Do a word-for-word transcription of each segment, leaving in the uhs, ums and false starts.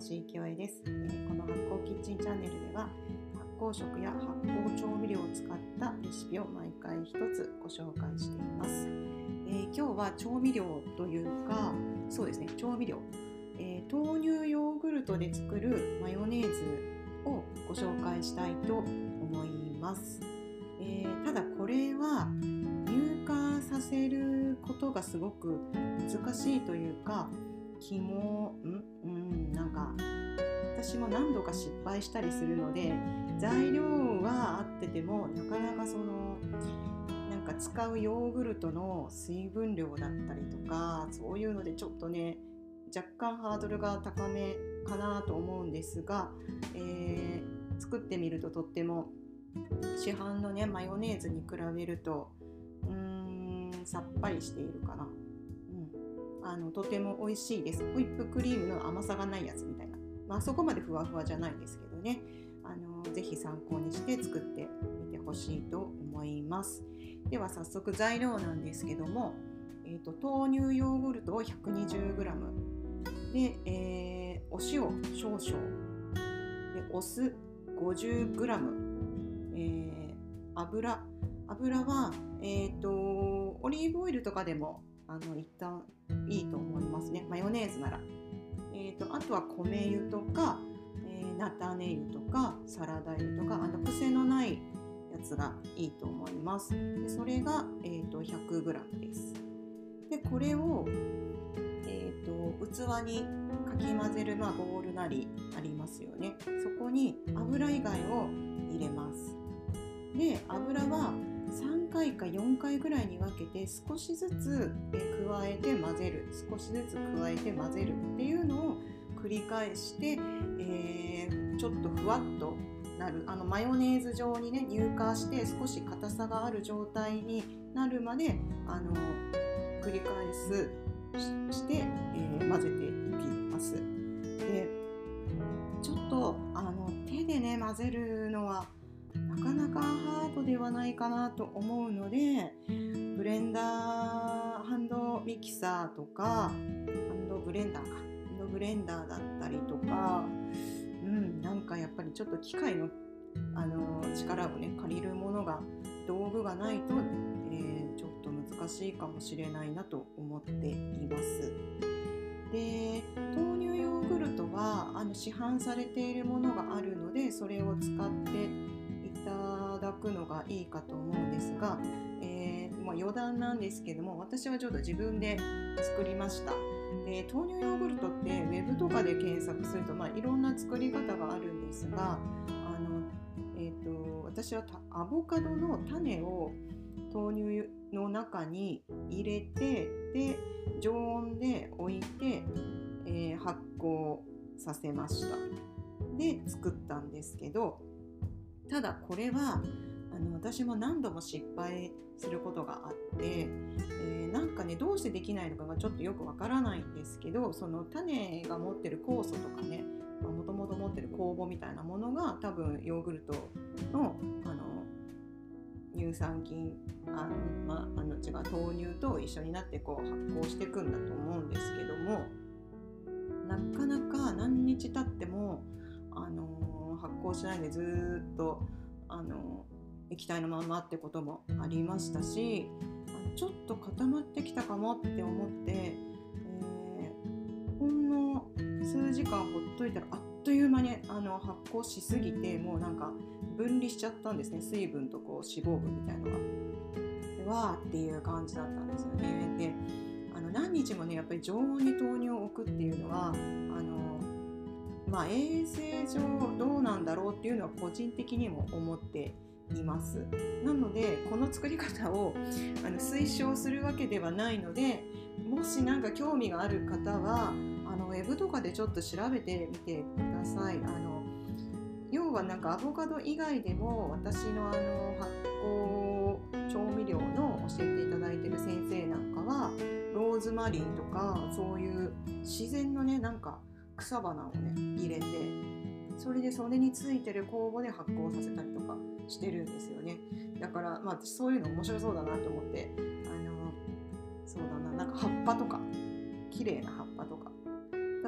し清江です、えー、この発酵キッチンチャンネルでは発酵食や発酵調味料を使ったレシピを毎回一つご紹介しています、えー、今日は調味料というかそうですね調味料、えー、豆乳ヨーグルトで作るマヨネーズをご紹介したいと思います、えー、ただこれは乳化させることがすごく難しいというか肝んうんなんか私も何度か失敗したりするので材料は合っててもなかなかそのなんか使うヨーグルトの水分量だったりとかそういうのでちょっとね若干ハードルが高めかなと思うんですが、えー、作ってみるととっても市販のねマヨネーズに比べるとうーんさっぱりしているかな、うん、あのとても美味しいです。ホイップクリームの甘さがないやつみたいな、まあそこまでふわふわじゃないですけどね、あのぜひ参考にして作ってみてほしいと思います。では早速材料なんですけども、えーと、豆乳ヨーグルトを ひゃくにじゅうグラム で、えー、お塩少々でお酢 ごじゅうグラム、えー、油油は、えーと、オリーブオイルとかでもあの一旦いいと思いますね。マヨネーズなら、えーと、あとは米油とか、えー、菜種油とかサラダ油とかあの癖のないやつがいいと思います。でそれが、えーと、ひゃくグラム です。でこれを、えーと、器にかき混ぜる、まあ、ボウルなりありますよね。そこに油以外を入れます。で油はさんかいかよんかいぐらいに分けて少しずつ加えて混ぜる少しずつ加えて混ぜるっていうのを繰り返して、えー、ちょっとふわっとなるあのマヨネーズ状にね乳化して少し硬さがある状態になるまであの繰り返す し, して、えー、混ぜていきます。でちょっとあの手でね混ぜるのはなかなかハードではないかなと思うのでブレンダーハンドミキサーとかハンドブレンダーかハンドブレンダーだったりとか、うん、なんかやっぱりちょっと機械の、あの力をね借りるものが道具がないと、えー、ちょっと難しいかもしれないなと思っています。で豆乳ヨーグルトはあの市販されているものがあるのでそれを使っていただくのがいいかと思うんですが、えーまあ、余談なんですけども私はちょっと自分で作りました。で豆乳ヨーグルトってウェブとかで検索すると、まあ、いろんな作り方があるんですがあの、えーと、私はアボカドの種を豆乳の中に入れてで常温で置いて、えー、発酵させました。で作ったんですけどただこれはあの私も何度も失敗することがあって、えー、なんかねどうしてできないのかがちょっとよくわからないんですけどその種が持ってる酵素とかねもともと持ってる酵母みたいなものが多分ヨーグルトの、あの乳酸菌あの、まあ、あの違う豆乳と一緒になってこう発酵していくんだと思うんですけどもなかなか何日経ってもあの発酵しないでずっとあの液体のままってこともありましたしちょっと固まってきたかもって思って、えー、ほんの数時間ほっといたらあっという間にあの発酵しすぎてもうなんか分離しちゃったんですね。水分とこう脂肪分みたいなのがでわーっていう感じだったんですよね。であの何日もねやっぱり常温に豆乳を置くっていうのはあのまあ、衛生上どうなんだろうっていうのは個人的にも思っています。なのでこの作り方をあの推奨するわけではないのでもしなんか興味がある方はあのウェブとかでちょっと調べてみてください。あの要はなんかアボカド以外でも私のあの発酵調味料の教えていただいている先生なんかはローズマリーとかそういう自然のねなんか草花をね入れてそれでそれについてる酵母で発酵させたりとかしてるんですよね。だからまあ私そういうの面白そうだなと思ってあのそうだななんか葉っぱとか綺麗な葉っぱとかた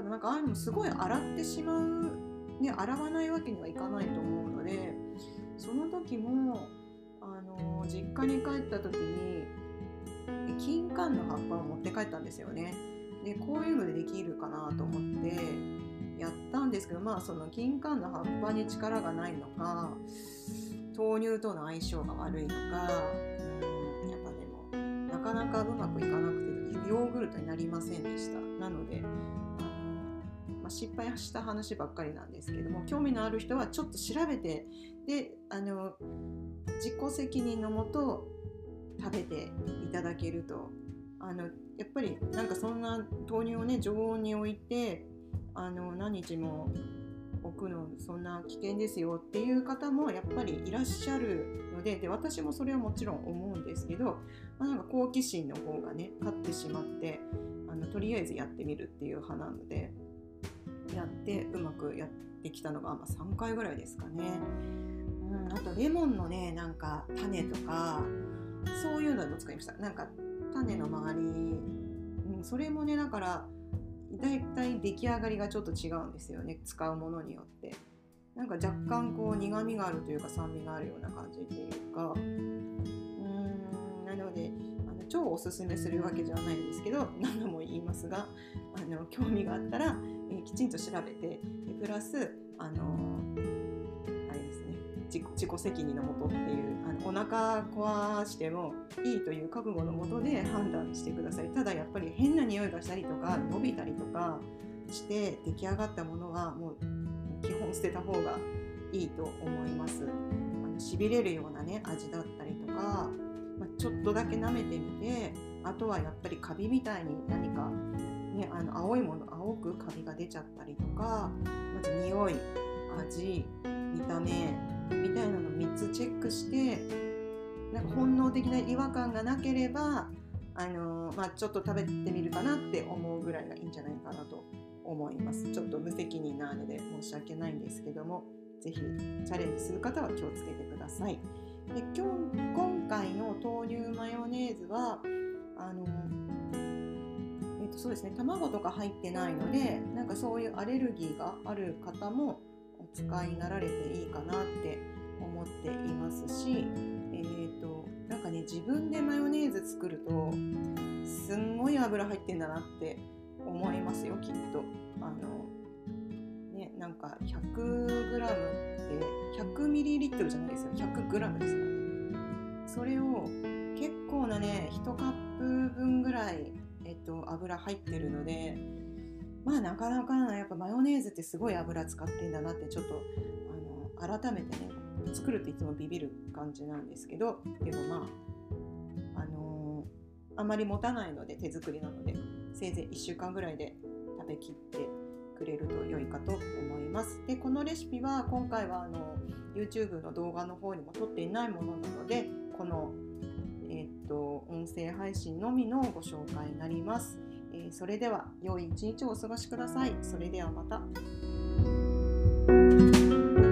どなんかああいうのもすごい洗ってしまう、ね、洗わないわけにはいかないと思うので、その時もあの実家に帰った時に金柑の葉っぱを持って帰ったんですよね。でこういうのでできるかなと思ってやったんですけど、まあその金柑の葉っぱに力がないのか豆乳との相性が悪いのか、うんやっぱでもなかなかうまくいかなくてヨーグルトになりませんでした。なのであの、まあ、失敗した話ばっかりなんですけども、興味のある人はちょっと調べて、であの自己責任のもと食べていただけると、あのやっぱりなんかそんな豆乳をね常温に置いてあの何日も置くのそんな危険ですよっていう方もやっぱりいらっしゃるので、で私もそれはもちろん思うんですけど、まあ、なんか好奇心の方がね勝ってしまって、あのとりあえずやってみるっていう派なので、やってうまくやってきたのが、まあ、さんかいぐらいですかね。うん、あとレモンのねなんか種とかそういうのも使いました。なんか種の周り、うん、それもねだからだいたい出来上がりがちょっと違うんですよね、使うものによって。なんか若干こう苦味があるというか酸味があるような感じっていうか、うーんなのであの超おすすめするわけじゃないんですけど、何度も言いますが、あの興味があったら、えー、きちんと調べて、プラスあのー、あれですね、自己、自己責任のもとっていう、あのお腹壊してもいいという覚悟のもとで判断してください。ただやっぱり変な匂いがしたりとか伸びたりとかして出来上がったものはもう基本捨てた方がいいと思います。あのしびれるようなね味だったりとか、まあ、ちょっとだけ舐めてみて、あとはやっぱりカビみたいに何か、ね、あの青いもの青くカビが出ちゃったりとか、まず匂い、味、見た目みたいなのをみっつチェックして、なんか本能的な違和感がなければあのーまあ、ちょっと食べてみるかなって思うぐらいがいいんじゃないかなと思います。ちょっと無責任なので申し訳ないんですけども、ぜひチャレンジする方は気をつけてください。で今日今回の豆乳マヨネーズはあの、えっと、そうですね、卵とか入ってないので、なんかそういうアレルギーがある方もお使いになられていいかなって思っていますし、えーと、なんかね自分でマヨネーズ作るとすんごい油入ってんだなって思いますよ、きっと。あのね、なんか ひゃくグラム ってひゃくミリリットルじゃないですよ、ひゃくグラム ですからね。それを結構なねいちカップ分ぐらい、えっと、油入ってるので、まあなかなかなやっぱマヨネーズってすごい油使ってんだなってちょっとあの改めてね作るっていつもビビる感じなんですけど、でもまああのー、あまり持たないので手作りなのでせいぜいいっしゅうかんぐらいで食べきってくれると良いかと思います。でこのレシピは今回はあの YouTube の動画の方にも撮っていないものなので、この、えー、っと音声配信のみのご紹介になります。えー、それでは良い一日をお過ごしください。それではまた。